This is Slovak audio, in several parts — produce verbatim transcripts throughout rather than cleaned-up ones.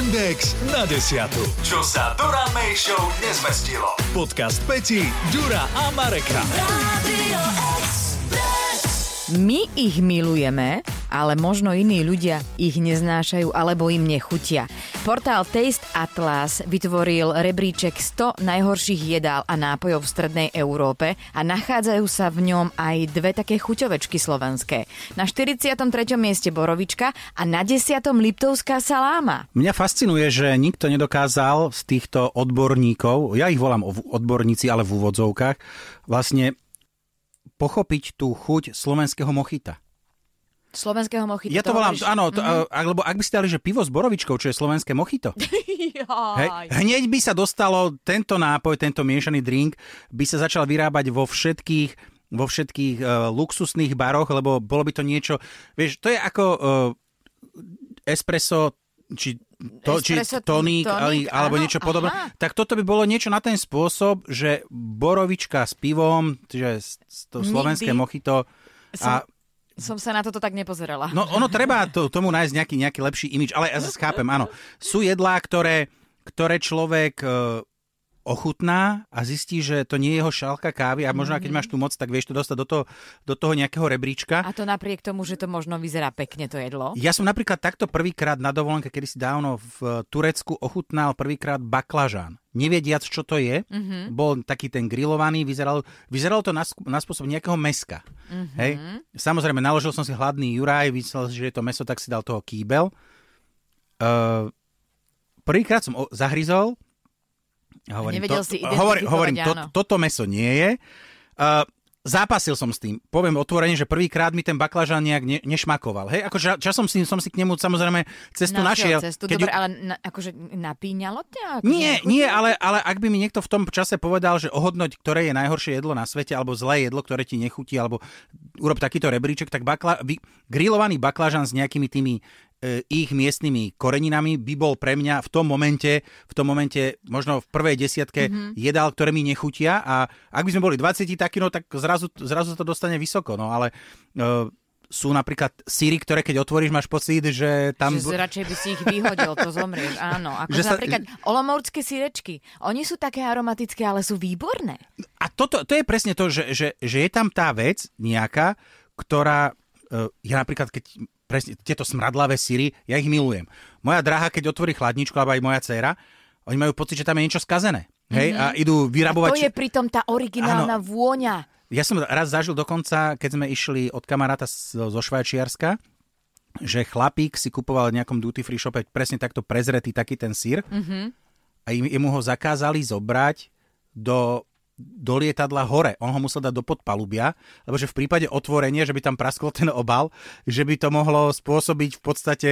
Index na desiatu. Čo sa Dura May Show nezmestilo. Podcast Peti, Dura a Mareka. My ich milujeme, ale možno iní ľudia ich neznášajú alebo im nechutia. Portál Taste Atlas vytvoril rebríček sto najhorších jedál a nápojov v strednej Európe a nachádzajú sa v ňom aj dve také chuťovečky slovenské. Na štyridsiatom treťom mieste borovička a na desiatom liptovská saláma. Mňa fascinuje, že nikto nedokázal z týchto odborníkov, ja ich volám odborníci, ale v úvodzovkách, vlastne pochopiť tú chuť slovenského mochita. Slovenského mochita? Ja to volám, hovoríš? áno, to, mm-hmm. lebo ak by ste dali, že pivo s borovičkou, čo je slovenské mochito, hej, hneď by sa dostalo tento nápoj, tento miešaný drink, by sa začal vyrábať vo všetkých, vo všetkých uh, luxusných baroch, lebo bolo by to niečo, vieš, to je ako uh, espresso, či To, či toník, toník alebo áno, niečo podobné. Aha. Tak toto by bolo niečo na ten spôsob, že borovička s pivom, čiže to slovenské mochito. Som, a som sa na toto tak nepozerala. No ono treba to, tomu nájsť nejaký, nejaký lepší imič, ale ja sa schápem, áno. Sú jedlá, ktoré, ktoré človek ochutná a zistí, že to nie je jeho šálka kávy a možno keď máš tú moc, tak vieš to dostať do toho, do toho nejakého rebríčka. A to napriek tomu, že to možno vyzerá pekne to jedlo. Ja som napríklad takto prvýkrát na dovolenke, kedy si dávno v Turecku ochutnal prvýkrát baklažán. Nevediac, čo to je, mm-hmm. bol taký ten grillovaný, vyzeral, vyzeralo to na, na spôsob nejakého mäska. Mm-hmm. Hej? Samozrejme, naložil som si hladný juraj, myslel, že je to mäso, tak si dal toho kýbel. Uh, prvýkrát som o, zahryzol. Hovorím, nevedel to, si hovorím, hovorím to, áno. toto mäso nie je. Uh, zápasil som s tým. Poviem otvorene, že prvýkrát mi ten baklažán nejak ne, nešmakoval. Hej, akože časom si, som si k nemu samozrejme cestu našiel. Cestu, keď dobre, ju... ale na, akože napíňalo ťa? Akože nie, nie, ale, ale ak by mi niekto v tom čase povedal, že ohodnoť, ktoré je najhoršie jedlo na svete, alebo zlé jedlo, ktoré ti nechutí, alebo urob takýto rebríček, tak bakla, by, grillovaný baklažán s nejakými tými ich miestnymi koreninami by bol pre mňa v tom momente, v tom momente možno v prvej desiatke mm-hmm. jedál, ktoré mi nechutia a ak by sme boli dvadsať takí, no tak zrazu, zrazu to dostane vysoko, no ale uh, sú napríklad síry, ktoré keď otvoríš, máš pocit, že tam... Že radšej by si ich vyhodil, to zomrieš, áno. Ako sa... napríklad olomoucké sírečky, oni sú také aromatické, ale sú výborné. A toto, to je presne to, že, že, že je tam tá vec nejaká, ktorá... Uh, ja napríklad, keď... Presne, tieto smradlavé syry, ja ich milujem. Moja drahá, keď otvorí chladničku, alebo aj moja dcéra, oni majú pocit, že tam je niečo skazené. Hej? Mm-hmm. A idú vyrabovať... A to je pritom tá originálna áno, vôňa. Ja som raz zažil dokonca, keď sme išli od kamaráta zo Švajčiarska, že chlapík si kupoval v nejakom duty free shope presne takto prezretý taký ten syr mm-hmm. a jemu ho zakázali zobrať do... do lietadla hore. On ho musel dať do podpalubia, lebo že v prípade otvorenia, že by tam praskol ten obal, že by to mohlo spôsobiť v podstate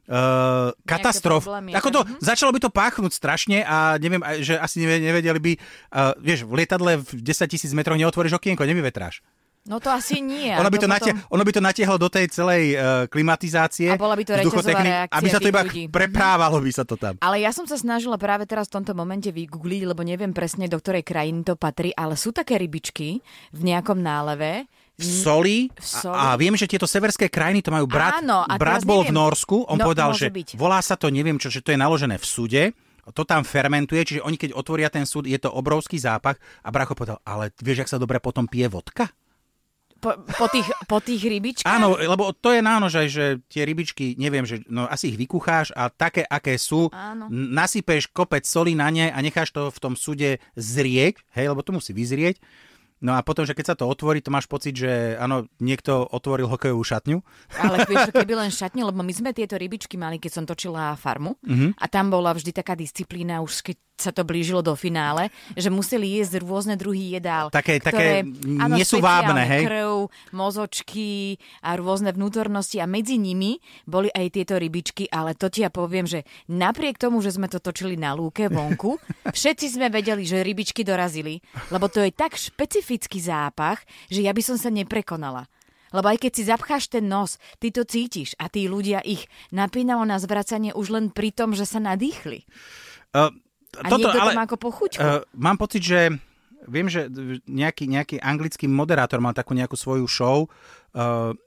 uh, katastrof. Ako to, mm-hmm. začalo by to páchnúť strašne a neviem, že asi nevedeli by, uh, vieš, v lietadle v desaťtisíc metroch neotvoríš okienko, nevyvetráš. No to asi nie. Ono by to, potom... natia- ono by to natiahlo do tej celej uh, klimatizácie. A bola by to reťazová reakcia. Aby sa to iba ľudí. Preprávalo by sa to tam. Ale ja som sa snažila práve teraz v tomto momente vygoogliť, lebo neviem presne, do ktorej krajiny to patrí, ale sú také rybičky v nejakom náleve. V soli. V soli. A, a viem, že tieto severské krajiny to majú. Brat, Áno, a brat bol neviem. v Norsku, on no, povedal, že byť. volá sa to, neviem čo, že to je naložené v sude. To tam fermentuje, čiže oni keď otvoria ten súd, je to obrovský zápach. A bracho povedal, ale vieš, jak sa dobre potom pije vodka? Po, po, tých, po tých rybičkách? Áno, lebo to je nánož, že tie rybičky, neviem, že no, asi ich vykucháš a také, aké sú, áno. nasypeš kopec soli na ne a necháš to v tom súde zrieť, hej, lebo to musí vyzrieť. No a potom, že keď sa to otvorí, to máš pocit, že áno, niekto otvoril hokejovú šatňu. Ale vieš, keby len šatňu, lebo my sme tieto rybičky mali, keď som točila farmu mm-hmm. a tam bola vždy taká disciplína, už keď sa to blížilo do finále, že museli jesť rôzne druhy jedál. Také, ktoré, také áno, nie sú vábne, hej? Krv, mozočky a rôzne vnútornosti a medzi nimi boli aj tieto rybičky, ale to ti ja poviem, že napriek tomu, že sme to točili na lúke vonku, všetci sme vedeli, že rybičky dorazili, lebo to je tak špecifický zápach, že ja by som sa neprekonala. Lebo aj keď si zapcháš ten nos, ty to cítiš a tí ľudia ich napínalo na zvracanie už len pri tom, že sa nadýchli. Uh... A toto, niekto to má ako pochuťku. Uh, mám pocit, že viem, že nejaký, nejaký anglický moderátor mal takú nejakú svoju show, uh,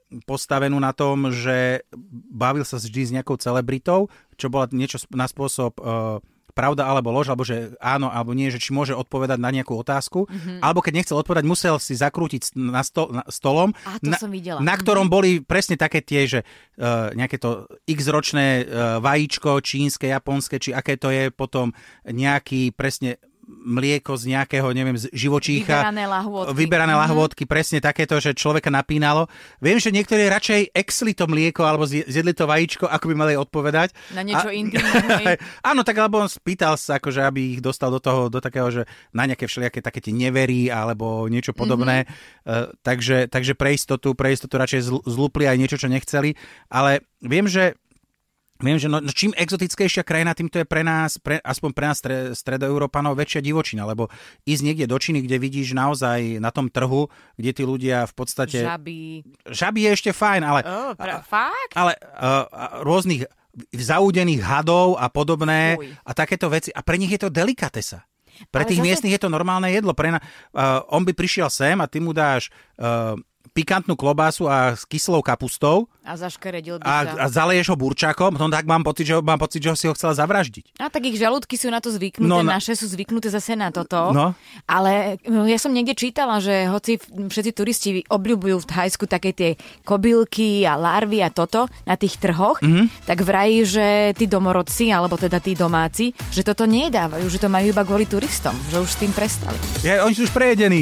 postavenú na tom, že bavil sa vždy s nejakou celebritou, čo bola niečo na spôsob uh, pravda alebo lož, alebo že áno, alebo nie, že či môže odpovedať na nejakú otázku, mm-hmm. alebo keď nechcel odpovedať, musel si zakrútiť na, stol, na stolom, Á, to na, som videla. na ktorom boli presne také tie, že uh, nejaké to x-ročné uh, vajíčko, čínske, japonské, či aké to je, potom nejaký presne mlieko z nejakého, neviem, z živočícha. Vyberané lahôdky. Vyberané mm-hmm. lahôdky, presne takéto, že človeka napínalo. Viem, že niektorí radšej exli to mlieko alebo zjedli to vajíčko, ako by mali odpovedať. Na niečo intimné. Áno, tak alebo on spýtal sa, akože, aby ich dostal do toho, do takého, že na nejaké všelijaké také tie neverí alebo niečo podobné. Mm-hmm. Uh, takže, takže pre istotu, pre istotu radšej zl- zlúpli aj niečo, čo nechceli. Ale viem, že Viem, že no, čím exotickejšia krajina, tým to je pre nás, pre, aspoň pre nás stre, stredoeurópanov, väčšia divočina, lebo ísť niekde do Číny, kde vidíš naozaj na tom trhu, kde tí ľudia v podstate... Žaby. Žaby je ešte fajn, ale... Oh, pra, fakt? Ale uh, rôznych zaúdených hadov a podobné Uj. a takéto veci. A pre nich je to delikatesa. Pre ale tých zase... miestnych je to normálne jedlo. Pre na, uh, on by prišiel sem a ty mu dáš... Uh, pikantnú klobásu a s kyslou kapustou a zaškeredil by a, sa. a zaleješ ho burčakom, no tak mám pocit, že, mám pocit, že ho si ho chcela zavraždiť. A tak ich žalúdky sú na to zvyknuté, no, na... naše sú zvyknuté zase na toto. No. Ale ja som niekde čítala, že hoci všetci turisti obľúbujú v Thajsku také tie kobylky a larvy a toto na tých trhoch, mm-hmm. tak vraj, že tí domorodci, alebo teda tí domáci, že toto nejedávajú, že to majú iba kvôli turistom, že už s tým prestali. Ja, oni sú už prejedení.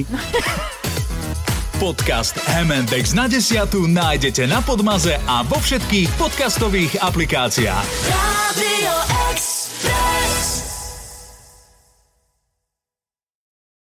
Podcast em end exé na desiatu nájdete na Podmaze a vo všetkých podcastových aplikáciách. Radio Express.